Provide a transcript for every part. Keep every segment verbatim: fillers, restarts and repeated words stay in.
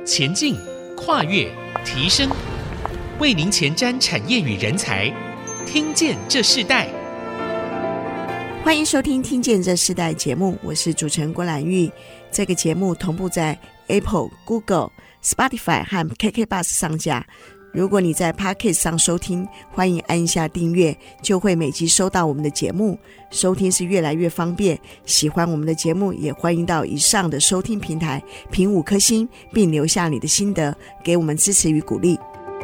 前进、跨越、提升，为您前瞻产业与人才，听见这世代。 欢迎收听听见这世代节目，我是主持人郭兰玉。这个节目同步在 Apple、Google、Spotify 和 K K Bus 上架。如果你在 Podcast 上收听，欢迎按一下订阅，就会每集收到我们的节目，收听是越来越方便。喜欢我们的节目，也欢迎到以上的收听平台评五颗星，并留下你的心得，给我们支持与鼓励。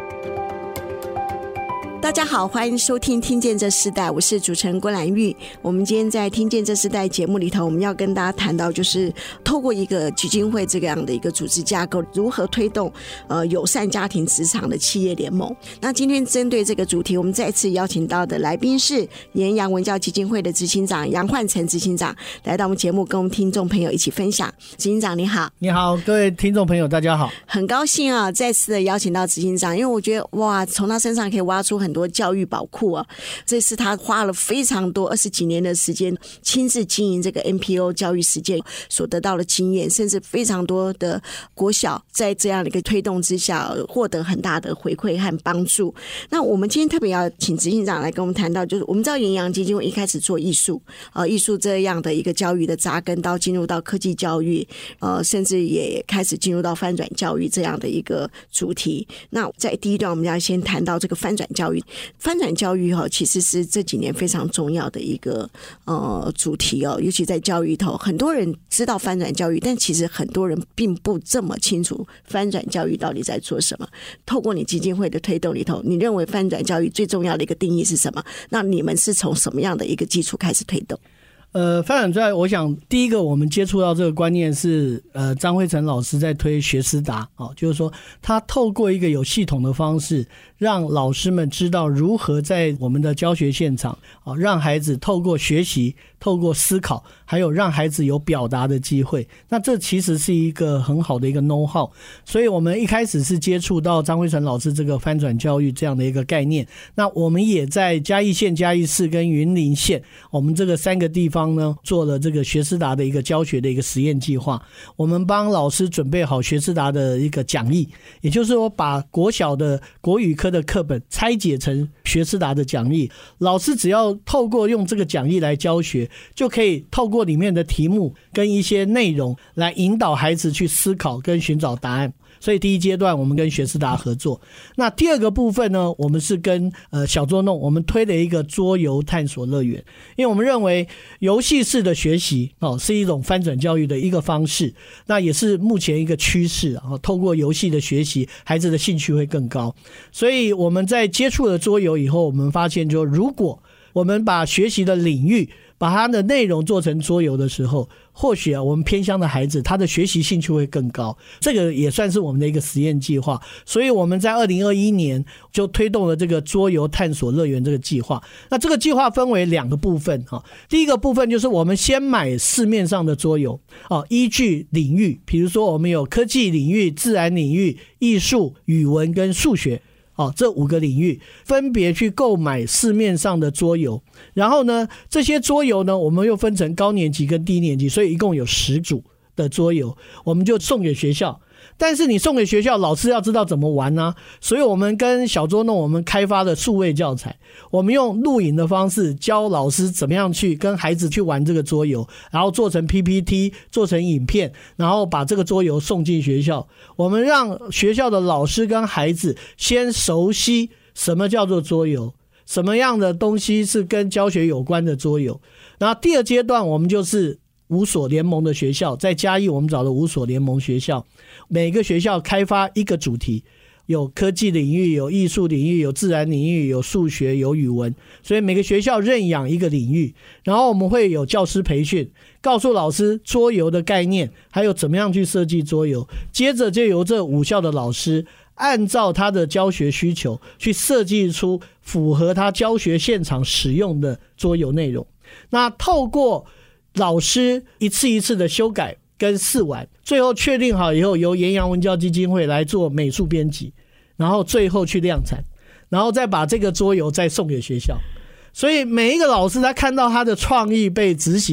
大家好，欢迎收听听见这世代，我是主持人郭兰玉。我们今天在听见这世代节目里头，我们要跟大家谈到就是透过一个基金会这样的一个组织架构，如何推动呃友善家庭职场的企业联盟。那今天针对这个主题，我们再次邀请到的来宾是延阳文教基金会的执行长杨焕成执行长，来到我们节目跟我们听众朋友一起分享。执行长你好。 你好，各位听众朋友大家好。 很高兴啊，再次的邀请到执行长，因为我觉得哇，从他身上可以挖出很多很多教育宝库啊！这是他花了非常多二十几年的时间，亲自经营这个 N P O 教育实践所得到的经验，甚至非常多的国小在这样的一个推动之下，获得很大的回馈和帮助。那我们今天特别要请执行长来跟我们谈到，就是我们知道延阳基金会一开始做艺术，呃，艺术这样的一个教育的扎根，到进入到科技教育，呃，甚至也开始进入到翻转教育这样的一个主题。那在第一段，我们要先谈到这个翻转教育。翻转教育哈，其实是这几年非常重要的一个呃主题哦，尤其在教育头，很多人知道翻转教育，但其实很多人并不这么清楚翻转教育到底在做什么。透过你基金会的推动里头，你认为翻转教育最重要的一个定义是什么？那你们是从什么样的一个基础开始推动？ 呃，翻转教育，我想第一个我们接触到这个观念是，呃，张辉成老师在推学思达，哦，就是说他透过一个有系统的方式，让老师们知道如何在我们的教学现场，哦，让孩子透过学习、透过思考，还有让孩子有表达的机会。那这其实是一个很好的一个 know how， 所以我们一开始是接触到张辉成老师这个翻转教育这样的一个概念。那我们也在嘉义县、嘉义市跟云林县，我们这个三个地方呢，做了这个学思达的一个教学的一个实验计划。我们帮老师准备好学思达的一个讲义，也就是说把国小的国语科的课本拆解成学思达的讲义，老师只要透过用这个讲义来教学，就可以透过里面的题目跟一些内容来引导孩子去思考跟寻找答案。所以第一阶段我们跟学思达合作。那第二个部分呢，我们是跟呃小捉弄，我们推了一个桌游探索乐园，因为我们认为游戏式的学习哦是一种翻转教育的一个方式，那也是目前一个趋势啊。透过游戏的学习，孩子的兴趣会更高。所以我们在接触了桌游以后，我们发现就如果我们把学习的领域把它的内容做成桌游的时候，或许啊，我们偏乡的孩子他的学习兴趣会更高，这个也算是我们的一个实验计划。所以我们在二零二一年就推动了这个桌游探索乐园这个计划。那这个计划分为两个部分，第一个部分就是我们先买市面上的桌游，依据领域，比如说我们有科技领域、自然领域、艺术、语文跟数学，哦，这五个领域分别去购买市面上的桌游，然后呢，这些桌游呢，我们又分成高年级跟低年级，所以一共有十组的桌游，我们就送给学校。但是你送给学校，老师要知道怎么玩呢、啊？所以我们跟小捉弄我们开发了数位教材，我们用录影的方式教老师怎么样去跟孩子去玩这个桌游，然后做成 P P T， 做成影片，然后把这个桌游送进学校。我们让学校的老师跟孩子先熟悉什么叫做桌游，什么样的东西是跟教学有关的桌游。然后第二阶段我们就是五所联盟的学校，在嘉义我们找了五所联盟学校，每个学校开发一个主题，有科技领域，有艺术领域，有自然领域，有数学，有语文，所以每个学校认养一个领域，然后我们会有教师培训，告诉老师桌游的概念，还有怎么样去设计桌游，接着就由这五校的老师按照他的教学需求去设计出符合他教学现场使用的桌游内容。那透过老师一次一次的修改跟试玩，最后确定好以后，由延阳文教基金会来做美术编辑，然后最后去量产，然后再把这个桌游再送给学校。所以每一个老师他看到他的创意被执行，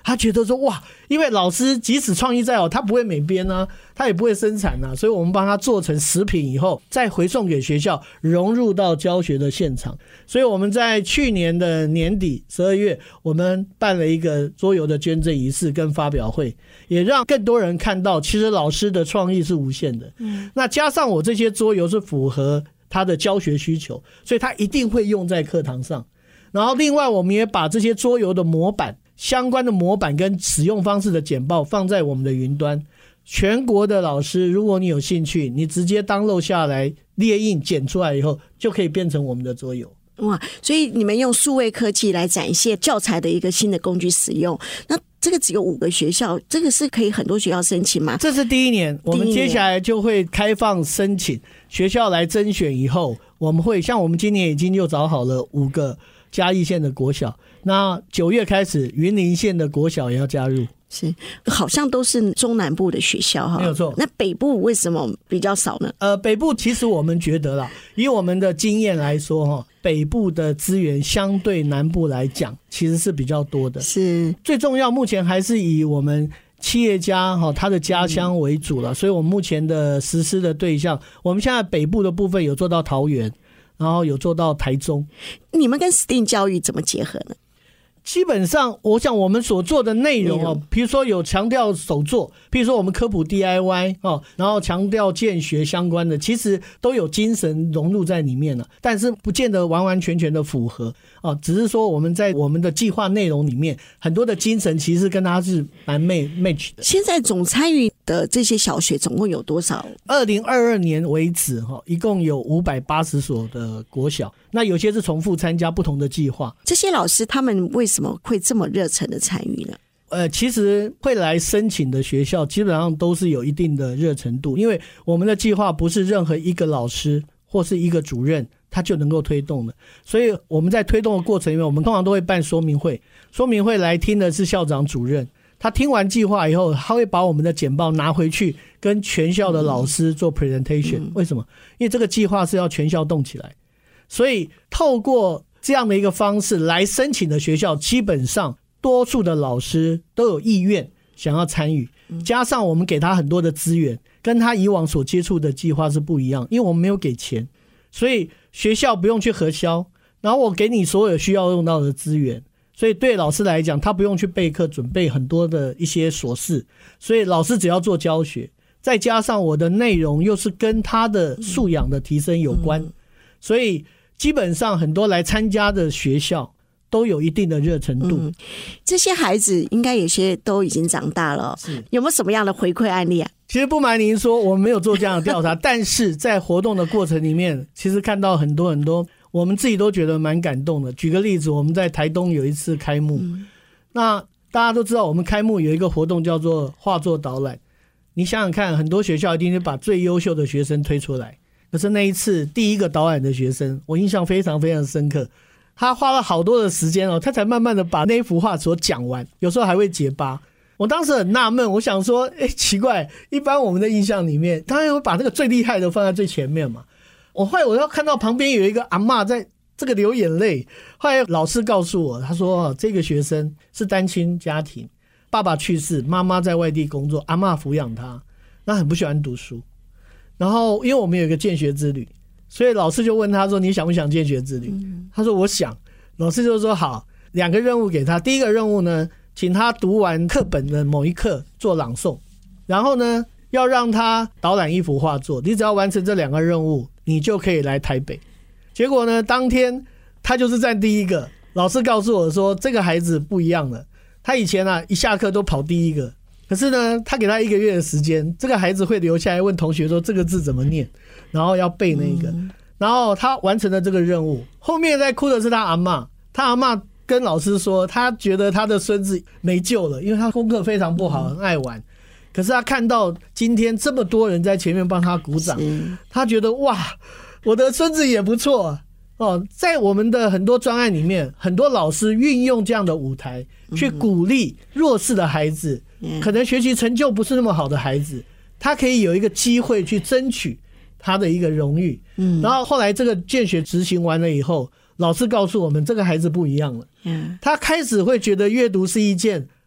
他觉得说哇，因为老师即使创意再好，他不会美编啊，他也不会生产啊，所以我们帮他做成食品以后，再回送给学校，融入到教学的现场。所以我们在去年的年底十二月，我们办了一个桌游的捐赠仪式跟发表会，也让更多人看到，其实老师的创意是无限的。嗯，那加上我这些桌游是符合他的教学需求，所以他一定会用在课堂上。然后另外我们也把这些桌游的模板相关的模板跟使用方式的简报放在我们的云端，全国的老师如果你有兴趣，你直接 download 下来列印剪出来以后就可以变成我们的桌游。 哇，所以你们用数位科技来展现教材的一个新的工具使用，那这个只有五个学校，这个是可以很多学校申请吗？ 这是第一年，我们接下来就会开放申请，学校来甄选以后，我们会像我们今年已经又找好了五个嘉义县的国小，那九月开始云林县的国小也要加入。 是，好像都是中南部的学校哈， 没有错。 那北部为什么比较少呢？ 呃，北部其实我们觉得啦，以我们的经验来说哈，北部的资源相对南部来讲其实是比较多的。 是，最重要目前还是以我们企业家哈他的家乡为主了，所以我们目前的实施的对象，我们现在北部的部分有做到桃园，然后有做到台中。 你们跟 S T E A M 教育怎么结合呢？ 基本上我想我们所做的内容哦，比如说有强调手作，比如说我们科普 D I Y 哦，然后强调建学相关的，其实都有精神融入在里面了，但是不见得完完全全的符合哦，只是说我们在我们的计划内容里面很多的精神其实跟它是蛮 match 的。 现在总参与的这些小学总共有多少？ 二零二二年为止哈，一共有五百八十所的国小，那有些是重复参加不同的计划。 这些老师他们为什么会这么热忱的参与呢？ 呃，其实会来申请的学校基本上都是有一定的热程度，因为我们的计划不是任何一个老师或是一个主任他就能够推动的，所以我们在推动的过程里面，我们通常都会办说明会，说明会来听的是校长主任，他听完计划以后，他会把我们的简报拿回去跟全校的老师做 presentation、嗯、为什么？因为这个计划是要全校动起来，所以透过这样的一个方式来申请的学校，基本上多数的老师都有意愿想要参与，加上我们给他很多的资源，跟他以往所接触的计划是不一样，因为我们没有给钱，所以学校不用去核销，然后我给你所有需要用到的资源，所以对老师来讲，他不用去备课准备很多的一些琐事，所以老师只要做教学，再加上我的内容又是跟他的素养的提升有关，所以基本上很多来参加的学校都有一定的热程度、嗯、 这些孩子应该有些都已经长大了，有没有什么样的回馈案例啊？ 其实不瞒您说，我们没有做这样的调查但是在活动的过程里面，其实看到很多很多我们自己都觉得蛮感动的。举个例子，我们在台东有一次开幕、嗯、那大家都知道我们开幕有一个活动叫做画作导览，你想想看，很多学校一定是把最优秀的学生推出来，可是那一次第一个导览的学生我印象非常非常深刻，他花了好多的时间哦，他才慢慢的把那幅画所讲完，有时候还会结巴。我当时很纳闷，我想说哎，奇怪，一般我们的印象里面当然会把那个最厉害的放在最前面嘛。我后来我要看到旁边有一个阿嬷在这个流眼泪，后来老师告诉我，他说这个学生是单亲家庭，爸爸去世，妈妈在外地工作，阿嬷抚养他，那很不喜欢读书，然后因为我们有一个建学之旅，所以老师就问他说你想不想建学之旅、嗯、他说我想，老师就说好，两个任务给他，第一个任务呢，请他读完课本的某一课做朗诵，然后呢要让他导览一幅画作，你只要完成这两个任务你就可以来台北。结果呢当天他就是站第一个，老师告诉我说这个孩子不一样了，他以前啊一下课都跑第一个，可是呢他给他一个月的时间，这个孩子会留下来问同学说这个字怎么念，然后要背那个、嗯、然后他完成了这个任务，后面在哭的是他阿嬷，他阿嬷跟老师说他觉得他的孙子没救了，因为他功课非常不好，很爱玩，可是他看到今天这么多人在前面帮他鼓掌，他觉得哇，我的孙子也不错哦。在我们的很多专案里面，很多老师运用这样的舞台去鼓励弱势的孩子，可能学习成就不是那么好的孩子，他可以有一个机会去争取他的一个荣誉。然后后来这个建学执行完了以后，老师告诉我们这个孩子不一样了，他开始会觉得阅读是一件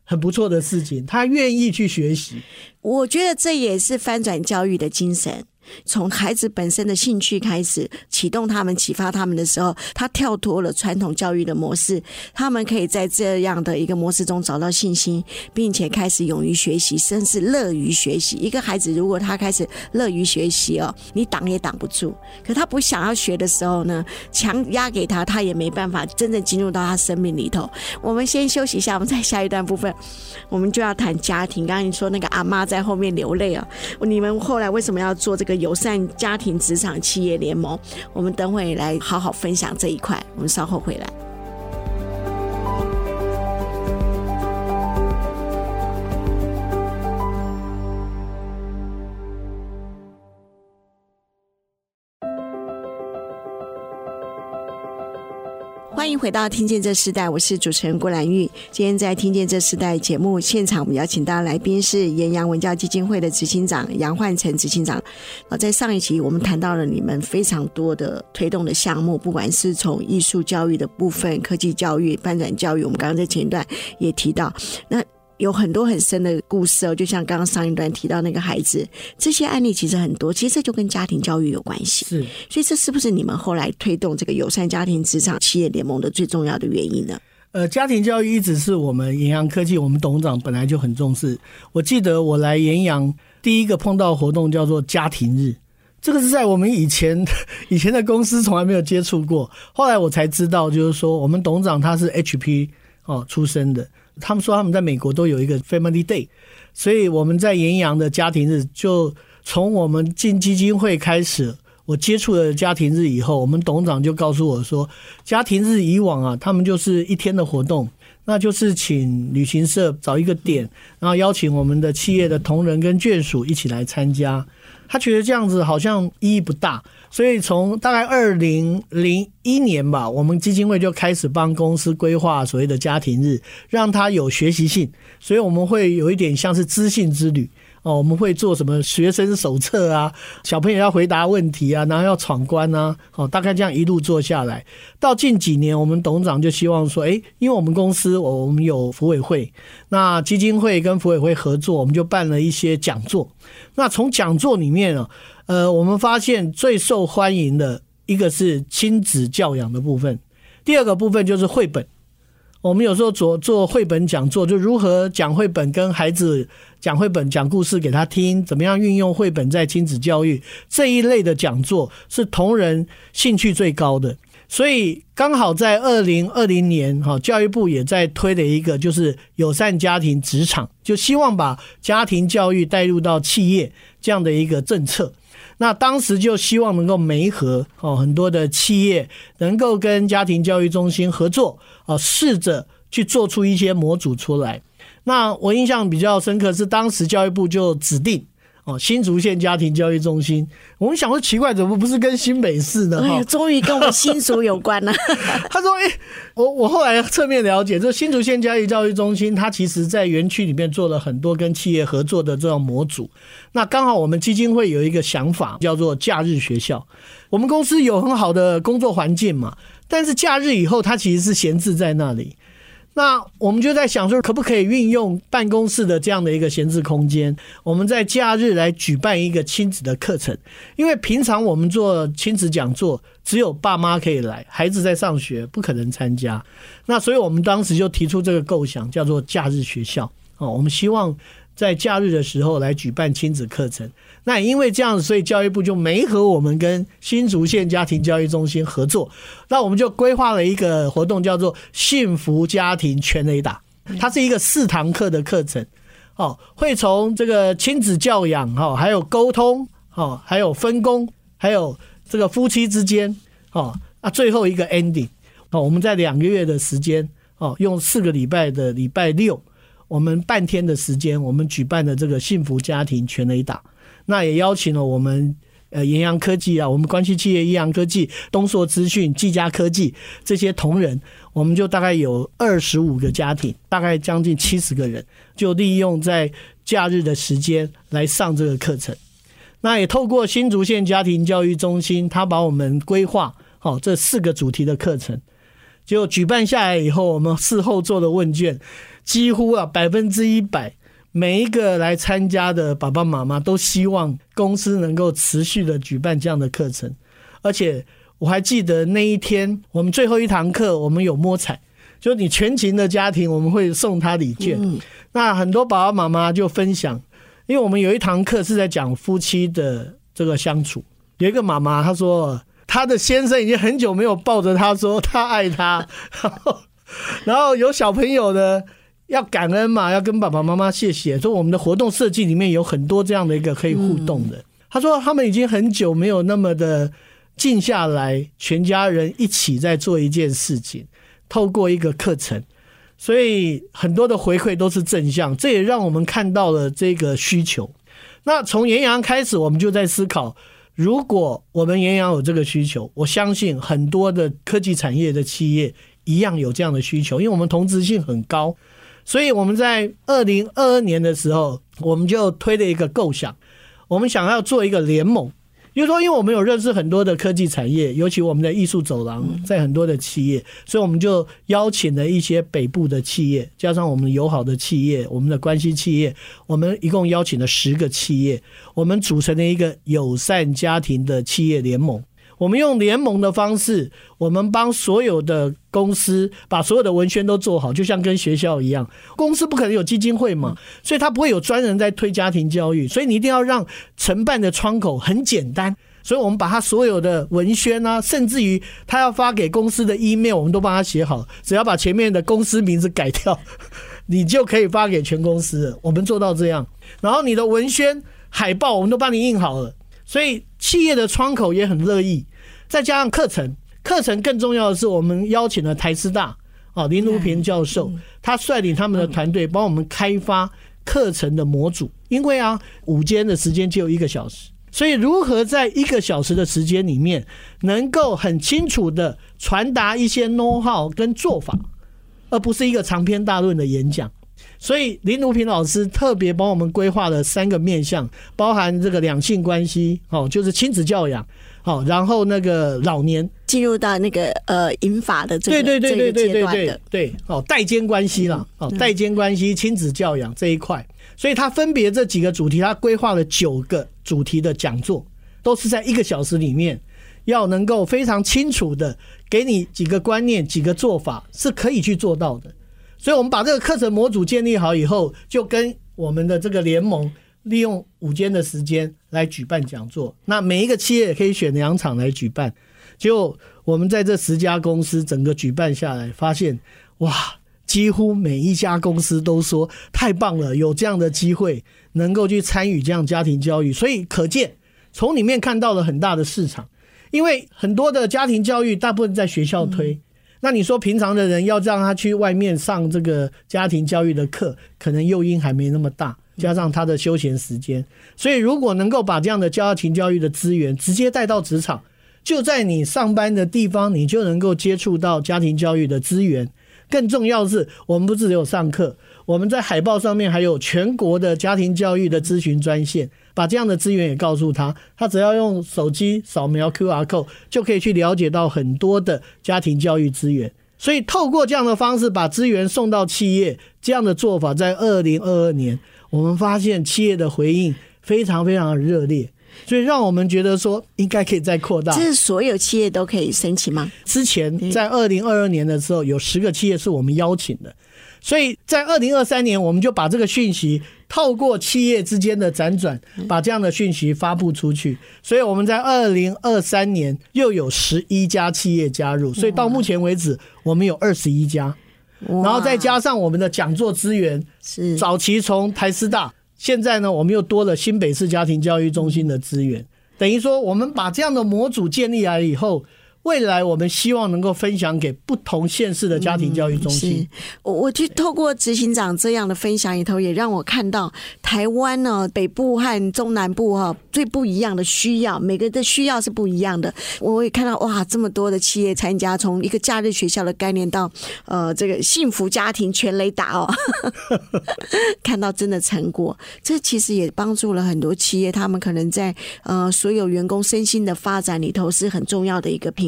很不错的事情，他愿意去学习。 我觉得这也是翻转教育的精神。从孩子本身的兴趣开始启动他们启发他们的时候，他跳脱了传统教育的模式，他们可以在这样的一个模式中找到信心，并且开始勇于学习，甚至乐于学习。一个孩子如果他开始乐于学习哦，你挡也挡不住，可他不想要学的时候呢，强压给他，他也没办法真正进入到他生命里头。我们先休息一下，我们在下一段部分我们就要谈家庭。刚刚你说那个阿妈在后面流泪啊，你们后来为什么要做这个友善家庭职场企业联盟？我们等会来好好分享这一块，我们稍后回来。欢迎回到听见这世代，我是主持人郭兰玉。今天在听见这世代节目现场，我们邀请到的来宾是延阳文教基金会的执行长杨焕成执行长。在上一期我们谈到了你们非常多的推动的项目，不管是从艺术教育的部分、科技教育、翻转教育，我们刚刚在前一段也提到，那有很多很深的故事哦，就像刚刚上一段提到那个孩子，这些案例其实很多，其实这就跟家庭教育有关系。 是， 所以这是不是你们后来推动这个友善家庭职场企业联盟的最重要的原因呢？ 呃，家庭教育一直是我们延阳科技，我们董事长本来就很重视。我记得我来延阳第一个碰到活动叫做家庭日，这个是在我们以前以前的公司从来没有接触过，后来我才知道，就是说我们董事长他是 H P 哦出身的。他们说他们在美国都有一个 Family Day， 所以我们在延阳的家庭日，就从我们进基金会开始，我接触了家庭日以后，我们董事长就告诉我说，家庭日以往啊，他们就是一天的活动，那就是请旅行社找一个点，然后邀请我们的企业的同仁跟眷属一起来参加。他觉得这样子好像意义不大，所以从大概二零零一年吧，我们基金会就开始帮公司规划所谓的家庭日，让它有学习性，所以我们会有一点像是知性之旅哦，我们会做什么学生手册啊，小朋友要回答问题啊，然后要闯关啊，哦，大概这样一路做下来。到近几年，我们董事长就希望说，诶，因为我们公司我们有福委会，那基金会跟福委会合作，我们就办了一些讲座。那从讲座里面啊，呃，我们发现最受欢迎的一个是亲子教养的部分，第二个部分就是绘本。我们有时候做做绘本讲座，就如何讲绘本，跟孩子讲绘本，讲故事给他听，怎么样运用绘本在亲子教育这一类的讲座，是同仁兴趣最高的。所以刚好在二零二零年，教育部也在推的一个就是友善家庭职场，就希望把家庭教育带入到企业这样的一个政策。那当时就希望能够媒合很多的企业能够跟家庭教育中心合作，试着去做出一些模组出来。那我印象比较深刻是当时教育部就指定哦，新竹县家庭教育中心，我们想说奇怪，怎么不是跟新北市呢？ 哎，终于跟我们新竹有关了。 他说：“哎、欸，我我后来侧面了解，这新竹县家庭教育中心，它其实在园区里面做了很多跟企业合作的这种模组。那刚好我们基金会有一个想法，叫做假日学校。我们公司有很好的工作环境嘛，但是假日以后，它其实是闲置在那里。”那我们就在想说，可不可以运用办公室的这样的一个闲置空间，我们在假日来举办一个亲子的课程。因为平常我们做亲子讲座，只有爸妈可以来，孩子在上学不可能参加。那所以我们当时就提出这个构想，叫做假日学校。哦，我们希望在假日的时候来举办亲子课程。那因为这样子，所以教育部就媒合我们跟新竹县家庭教育中心合作，那我们就规划了一个活动，叫做幸福家庭全垒打。它是一个四堂课的课程，哦，会从这个亲子教养，哦，还有沟通，哦，还有分工，还有这个夫妻之间，哦，啊，最后一个 ending，哦，我们在两个月的时间，哦，用四个礼拜的礼拜六，我们半天的时间，我们举办的这个幸福家庭全垒打。那也邀请了我们呃延阳科技啊，我们关系企业延阳科技、东硕资讯、技嘉科技这些同仁，我们就大概有二十五个家庭，大概将近七十个人，就利用在假日的时间来上这个课程。那也透过新竹县家庭教育中心，他把我们规划好这四个主题的课程，结果举办下来以后，我们事后做的问卷， 几乎啊百分之一百，每一个来参加的爸爸妈妈都希望公司能够持续的举办这样的课程。而且我还记得那一天我们最后一堂课我们有摸彩，就你全勤的家庭我们会送他礼券、嗯、那很多爸爸妈妈就分享，因为我们有一堂课是在讲夫妻的这个相处，有一个妈妈她说她的先生已经很久没有抱着她说她爱她然后, 然后有小朋友呢要感恩嘛，要跟爸爸妈妈谢谢，说我们的活动设计里面有很多这样的一个可以互动的、嗯、她说他们已经很久没有那么的静下来，全家人一起在做一件事情，透过一个课程，所以很多的回馈都是正向，这也让我们看到了这个需求。那从延阳开始我们就在思考，如果我们延阳有这个需求，我相信很多的科技产业的企业一样有这样的需求，因为我们同质性很高，所以我们在二零二二年的时候我们就推了一个构想，我们想要做一个联盟，就是说因为我们有认识很多的科技产业，尤其我们的艺术走廊在很多的企业，所以我们就邀请了一些北部的企业，加上我们友好的企业，我们的关系企业，我们一共邀请了十个企业，我们组成了一个友善家庭的企业联盟。我们用联盟的方式，我们帮所有的公司把所有的文宣都做好，就像跟学校一样，公司不可能有基金会嘛，所以他不会有专人在推家庭教育，所以你一定要让承办的窗口很简单，所以我们把他所有的文宣啊，甚至于他要发给公司的 email 我们都帮他写好，只要把前面的公司名字改掉你就可以发给全公司了，我们做到这样。然后你的文宣海报我们都帮你印好了，所以企业的窗口也很乐意。再加上课程，课程更重要的是我们邀请了台师大、哦、林如平教授，他率领他们的团队帮我们开发课程的模组，因为啊午间的时间只有一个小时，所以如何在一个小时的时间里面能够很清楚的传达一些 know how 跟做法，而不是一个长篇大论的演讲。所以林如平老师特别帮我们规划了三个面向，包含这个两性关系、哦、就是亲子教养、哦、然后那个老年进入到那个呃银发的这个对对对对对对对对对哦代间关系啦、哦、代间关系亲子教养这一块，所以他分别这几个主题，他规划了九个主题的讲座，都是在一个小时里面要能够非常清楚的给你几个观念几个做法是可以去做到的。所以我们把这个课程模组建立好以后，就跟我们的这个联盟利用午间的时间来举办讲座，那每一个企业也可以选两场来举办。结果我们在这十家公司整个举办下来，发现哇，几乎每一家公司都说太棒了，有这样的机会能够去参与这样家庭教育，所以可见从里面看到了很大的市场。因为很多的家庭教育大部分在学校推、嗯那你说平常的人要让他去外面上这个家庭教育的课，可能诱因还没那么大，加上他的休闲时间，所以如果能够把这样的家庭教育的资源直接带到职场，就在你上班的地方你就能够接触到家庭教育的资源。更重要的是我们不只有上课，我们在海报上面还有全国的家庭教育的咨询专线，把这样的资源也告诉他，他只要用手机扫描 Q R code 就可以去了解到很多的家庭教育资源。所以透过这样的方式把资源送到企业，这样的做法在二零二二年我们发现企业的回应非常非常的热烈，所以让我们觉得说应该可以再扩大。 这是所有企业都可以申请吗？ 之前在二零二二年的时候有十个企业是我们邀请的，所以在二零二三年我们就把这个讯息透过企业之间的辗转把这样的讯息发布出去，所以我们在二零二三年又有十一家企业加入，所以到目前为止我们有二十一家，然后再加上我们的讲座资源，是早期从台师大，现在呢我们又多了新北市家庭教育中心的资源，等于说我们把这样的模组建立来以后，未来我们希望能够分享给不同县市的家庭教育中心、嗯、 我我去透过执行长这样的分享里头，也让我看到台湾呢北部和中南部哈最不一样的需要，每个的需要是不一样的。我也看到哇，这么多的企业参加，从一个假日学校的概念到呃这个幸福家庭全雷打哦看到真的成果，这其实也帮助了很多企业，他们可能在呃所有员工身心的发展里头是很重要的一个平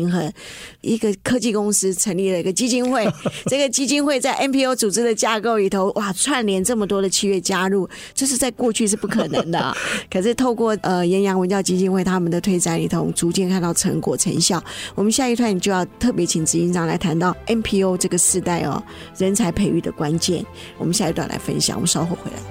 平衡。一个科技公司成立了一个基金会，这个基金会在 N P O 组织的架构里头，哇，串联这么多的企业加入，这是在过去是不可能的、啊。可是透过呃延阳文教基金会他们的推展里头，逐渐看到成果成效。我们下一段就要特别请执行长来谈到 N P O 这个世代哦人才培育的关键。我们下一段来分享，我们稍后回来。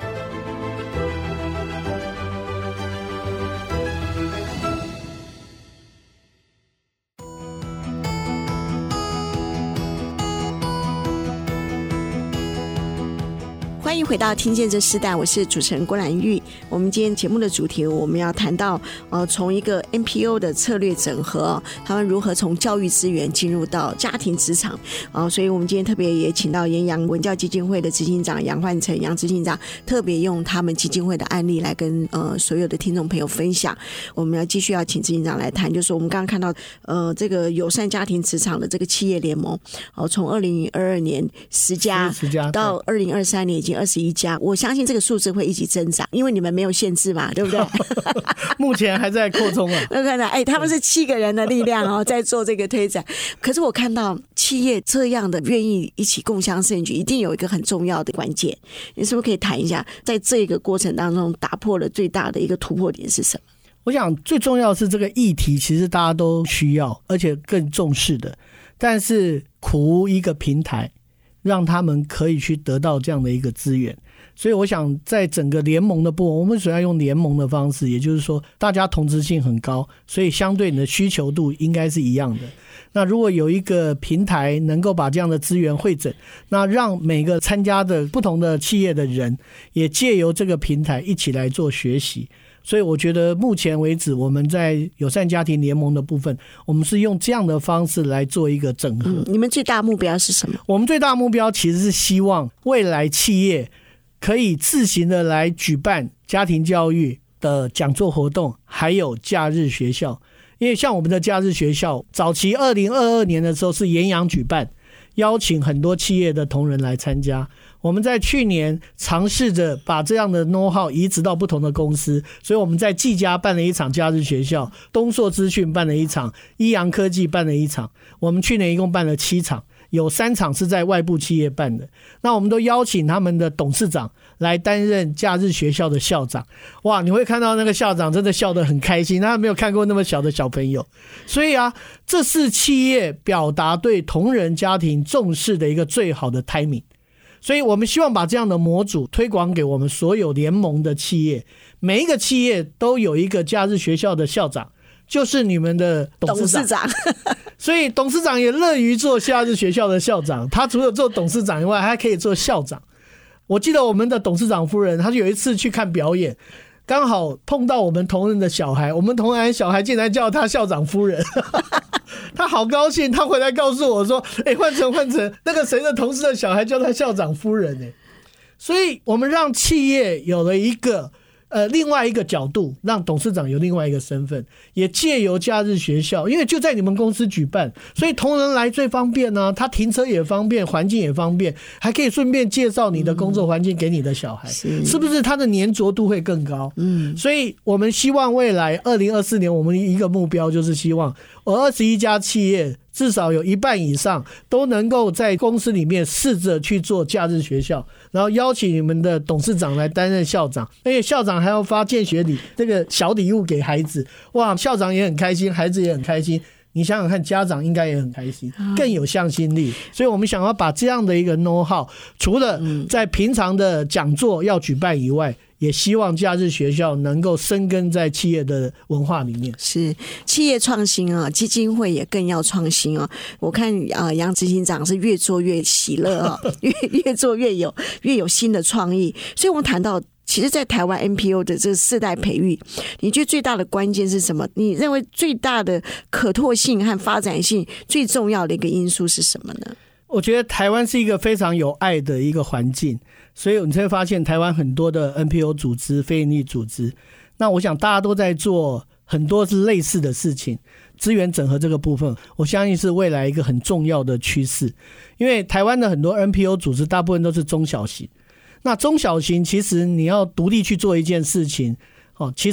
欢迎回到听见这世代，我是主持人郭兰玉。我们今天节目的主题，我们要谈到呃，从一个 N P O 的策略整合，他们如何从教育资源进入到家庭职场啊、呃，所以我们今天特别也请到延阳文教基金会的执行长杨焕成杨执行长，特别用他们基金会的案例来跟呃所有的听众朋友分享。我们要继续要请执行长来谈，就是我们刚刚看到呃这个友善家庭职场的这个企业联盟，哦、呃，从二零二二年十家到二零二三年已经二十一家，我相信这个数字会一直增长，因为你们没有限制嘛，对不对？ 目前还在扩充啊。 我看到，哎，他们是七个人的力量哦，在做这个推展。可是我看到企业这样的愿意一起共襄盛举，一定有一个很重要的关键。你是不是可以谈一下，在这个过程当中打破了最大的一个突破点是什么？ 我想最重要的是这个议题，其实大家都需要，而且更重视的，但是苦无一个平台。让他们可以去得到这样的一个资源，所以我想在整个联盟的部分，我们主要用联盟的方式，也就是说大家同质性很高，所以相对你的需求度应该是一样的。那如果有一个平台能够把这样的资源汇整，那让每个参加的不同的企业的人也借由这个平台一起来做学习。所以我觉得目前为止我们在友善家庭联盟的部分，我们是用这样的方式来做一个整合、嗯、 你们最大目标是什么？ 我们最大目标其实是希望未来企业可以自行的来举办家庭教育的讲座活动，还有假日学校。因为像我们的假日学校早期二零二二年的时候是延阳举办，邀请很多企业的同仁来参加。我们在去年尝试着把这样的 know how 移植到不同的公司，所以我们在技嘉办了一场假日学校，东硕资讯办了一场，一阳科技办了一场，我们去年一共办了七场，有三场是在外部企业办的。那我们都邀请他们的董事长来担任假日学校的校长。哇，你会看到那个校长真的笑得很开心，他没有看过那么小的小朋友。所以啊，这是企业表达对同仁家庭重视的一个最好的 timing。所以我们希望把这样的模组推广给我们所有联盟的企业，每一个企业都有一个假日学校的校长，就是你们的董事长。董事长所以董事长也乐于做假日学校的校长，他除了做董事长以外，还可以做校长。我记得我们的董事长夫人，她有一次去看表演，刚好碰到我们同仁的小孩，我们同仁小孩竟然叫他校长夫人他好高兴，他回来告诉我说，哎、欸，换成换成那个谁的同事的小孩叫他校长夫人、欸、所以我们让企业有了一个呃，另外一个角度，让董事长有另外一个身份，也借由假日学校，因为就在你们公司举办，所以同仁来最方便啊，他停车也方便，环境也方便，还可以顺便介绍你的工作环境给你的小孩，嗯、是, 是不是他的粘着度会更高？嗯，所以我们希望未来二零二四年，我们一个目标就是希望我二十一家企业至少有一半以上都能够在公司里面试着去做假日学校，然后邀请你们的董事长来担任校长，而且校长还要发建学礼这个小礼物给孩子。哇，校长也很开心，孩子也很开心，你想想看，家长应该也很开心，更有向心力。所以我们想要把这样的一个 know how， 除了在平常的讲座要举办以外，也希望假日学校能够生根在企业的文化里面。 是企业创新啊，基金会也更要创新啊。我看啊，杨执行长是越做越喜乐啊，越越做越有越有新的创意。所以我们谈到，其实，在台湾 N P O 的这个世代培育，你觉得最大的关键是什么？你认为最大的可拓性和发展性最重要的一个因素是什么呢？ 我觉得台湾是一个非常有爱的一个环境，所以你会发现台湾很多的 N P O 组织、非营利组织，那我想大家都在做很多是类似的事情。资源整合这个部分，我相信是未来一个很重要的趋势。因为台湾的很多 N P O 组织大部分都是中小型，那中小型其实你要独立去做一件事情，哦，其实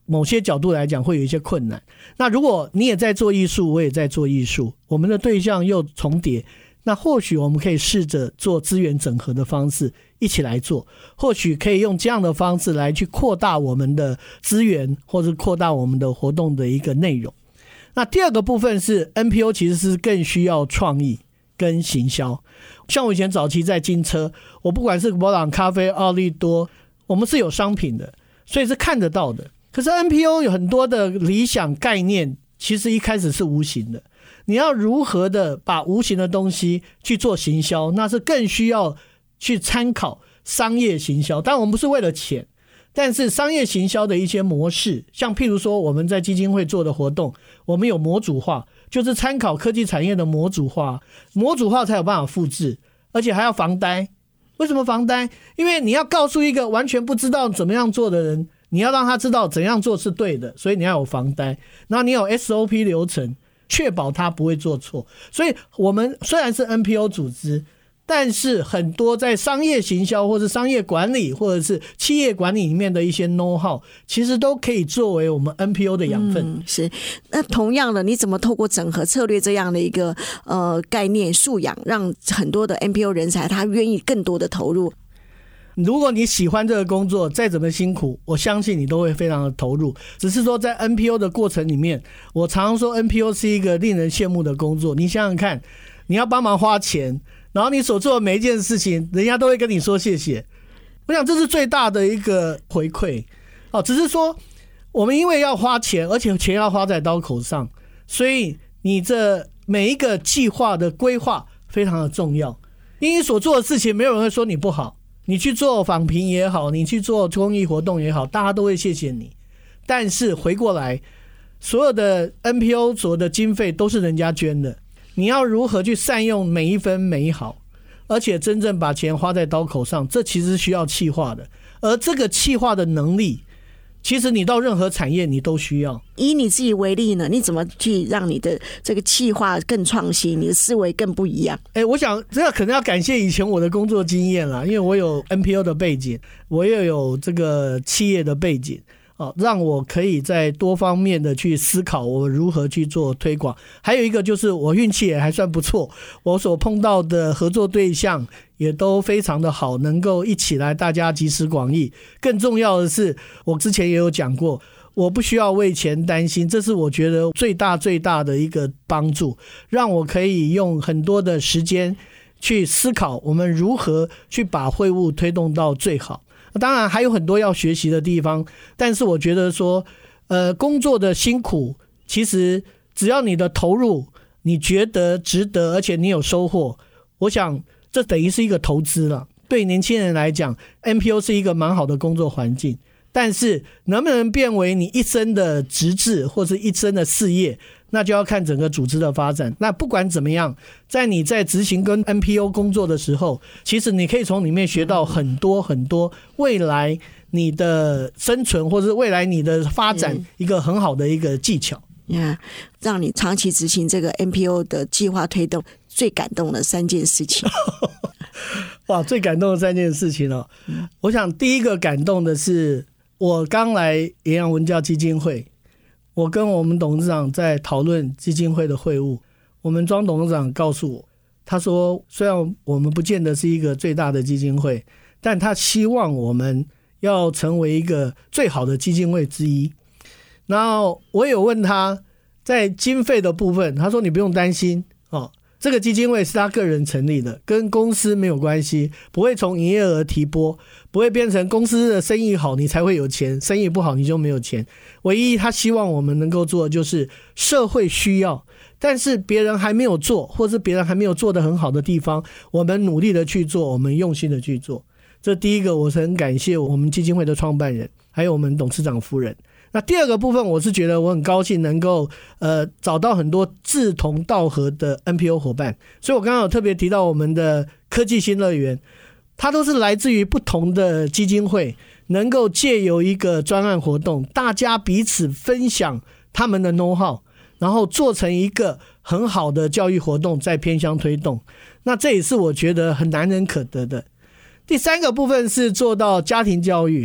某些角度来讲会有一些困难。那如果你也在做艺术，我也在做艺术，我们的对象又重叠，那或许我们可以试着做资源整合的方式一起来做，或许可以用这样的方式来去扩大我们的资源，或者扩大我们的活动的一个内容。那第二个部分是 N P O 其实是更需要创意跟行销。像我以前早期在金车，我不管是博朗咖啡、奥利多，我们是有商品的，所以是看得到的。可是 N P O 有很多的理想概念，其实一开始是无形的，你要如何的把无形的东西去做行销，那是更需要去参考商业行销。当然我们不是为了钱，但是商业行销的一些模式，像譬如说我们在基金会做的活动，我们有模组化，就是参考科技产业的模组化，模组化才有办法复制，而且还要防呆。为什么防呆？因为你要告诉一个完全不知道怎么样做的人，你要让他知道怎样做是对的，所以你要有防呆，然后你有 S O P 流程，确保他不会做错。所以我们虽然是 N P O 组织，但是很多在商业行销或是商业管理或者是企业管理里面的一些 know how， 其实都可以作为我们 N P O 的养分。 嗯、是。那同样的，你怎么透过整合策略这样的一个呃概念素养，让很多的 N P O 人才他愿意更多的投入？ 如果你喜欢这个工作，再怎么辛苦，我相信你都会非常的投入。只是说在 N P O 的过程里面，我常常说 N P O 是一个令人羡慕的工作。你想想看，你要帮忙花钱，然后你所做的每一件事情，人家都会跟你说谢谢。我想这是最大的一个回馈。哦，只是说我们因为要花钱，而且钱要花在刀口上，所以你这每一个计划的规划非常的重要。因为你所做的事情，没有人会说你不好。你去做访评也好，你去做公益活动也好，大家都会谢谢你。但是回过来，所有的 N P O 所有的经费都是人家捐的，你要如何去善用每一分每一毫，而且真正把钱花在刀口上，这其实需要企划的。而这个企划的能力，其实你到任何产业你都需要。 以你自己为例呢，你怎么去让你的这个企划更创新，你的思维更不一样？ 欸、我想这个可能要感谢以前我的工作经验啦，因为我有 N P O 的背景，我也有这个企业的背景，哦，让我可以在多方面的去思考我如何去做推广。还有一个就是我运气也还算不错，我所碰到的合作对象也都非常的好，能够一起来大家集思广益。更重要的是，我之前也有讲过，我不需要为钱担心，这是我觉得最大最大的一个帮助，让我可以用很多的时间去思考我们如何去把会务推动到最好。当然还有很多要学习的地方，但是我觉得说呃，工作的辛苦其实只要你的投入你觉得值得，而且你有收获，我想这等于是一个投资了。对年轻人来讲 N P O 是一个蛮好的工作环境，但是能不能变为你一生的职志或是一生的事业，那就要看整个组织的发展。那不管怎么样，在你在执行跟 N P O 工作的时候，其实你可以从里面学到很多很多未来你的生存或是未来你的发展一个很好的一个技巧。 Yeah, 让你长期执行这个 N P O 的计划推动最感动的三件事情。 哇，最感动的三件事情哦！我想第一个感动的是，我刚来延阳文教基金会，我跟我们董事长在讨论基金会的会务，我们庄董事长告诉我，他说虽然我们不见得是一个最大的基金会，但他希望我们要成为一个最好的基金会之一。然后我有问他在经费的部分，他说你不用担心哦，这个基金会是他个人成立的，跟公司没有关系，不会从营业额提拨，不会变成公司的生意好你才会有钱，生意不好你就没有钱。唯一他希望我们能够做的就是社会需要，但是别人还没有做，或是别人还没有做得很好的地方，我们努力的去做，我们用心的去做。这第一个我是很感谢我们基金会的创办人，还有我们董事长夫人。那第二个部分，我是觉得我很高兴能够呃找到很多志同道合的 N P O 伙伴，所以我刚刚有特别提到我们的科技新乐园，它都是来自于不同的基金会，能够借由一个专案活动，大家彼此分享他们的 know how， 然后做成一个很好的教育活动，在偏乡推动。那这也是我觉得很难能可得的。第三个部分是做到家庭教育。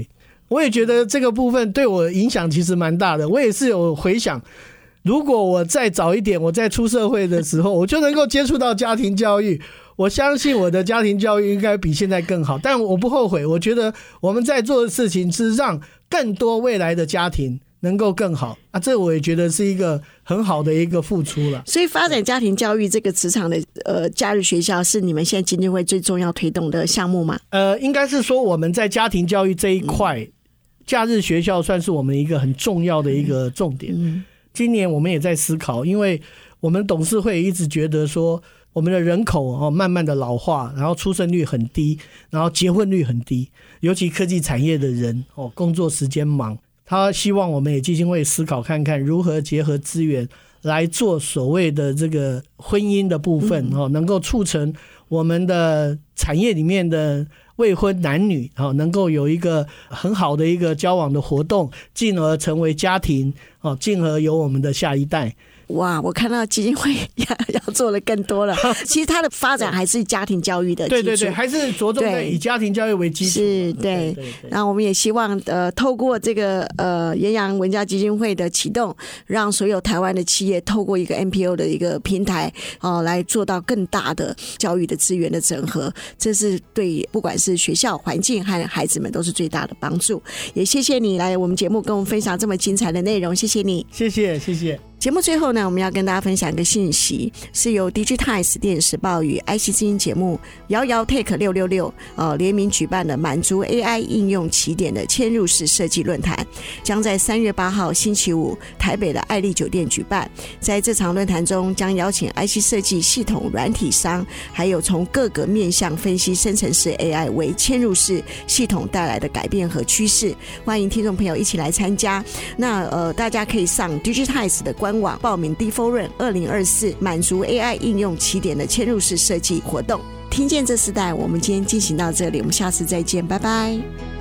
我也觉得这个部分对我影响其实蛮大的。我也是有回想，如果我再早一点，我在出社会的时候，我就能够接触到家庭教育，我相信我的家庭教育应该比现在更好。但我不后悔，我觉得我们在做的事情是让更多未来的家庭能够更好啊，这我也觉得是一个很好的一个付出了。 所以发展家庭教育这个职场的呃假日学校是你们现在基金会最重要推动的项目吗？ 呃，应该是说我们在家庭教育这一块，嗯、假日学校算是我们一个很重要的一个重点。嗯，今年我们也在思考，因为我们董事会一直觉得说，我们的人口哦慢慢的老化，然后出生率很低，然后结婚率很低，尤其科技产业的人哦工作时间忙。他希望我们也基金会思考看看如何结合资源来做所谓的这个婚姻的部分，嗯、能够促成我们的产业里面的未婚男女能够有一个很好的一个交往的活动，进而成为家庭，进而有我们的下一代。 哇，我看到基金会要要做的更多了。其实它的发展还是家庭教育的基础， 对对对，还是着重在以家庭教育为基础。 是，对。然后我们也希望呃，透过这个呃延阳文教基金会的启动，让所有台湾的企业透过一个 M P O 的一个平台哦、呃，来做到更大的教育的资源的整合。这是对不管是学校环境和孩子们都是最大的帮助。也谢谢你来我们节目跟我们分享这么精彩的内容，谢谢你。 谢谢谢谢。 节目最后呢，我们要跟大家分享一个信息，是由 Digitimes 电子时报与 I C 之音节目摇摇 Take 六六六呃联名举办的满足 A I 应用起点的嵌入式设计论坛，将在三月八号星期五台北的爱丽酒店举办。在这场论坛中，将邀请 I C 设计系统软体商，还有从各个面向分析生成式 A I 为嵌入式系统带来的改变和趋势。欢迎听众朋友一起来参加。那呃，大家可以上 Digitimes 的官网报名 D 四 R U N 二零二四满足 A I 应用起点的嵌入式设计活动。听见这世代，我们今天进行到这里，我们下次再见，拜拜。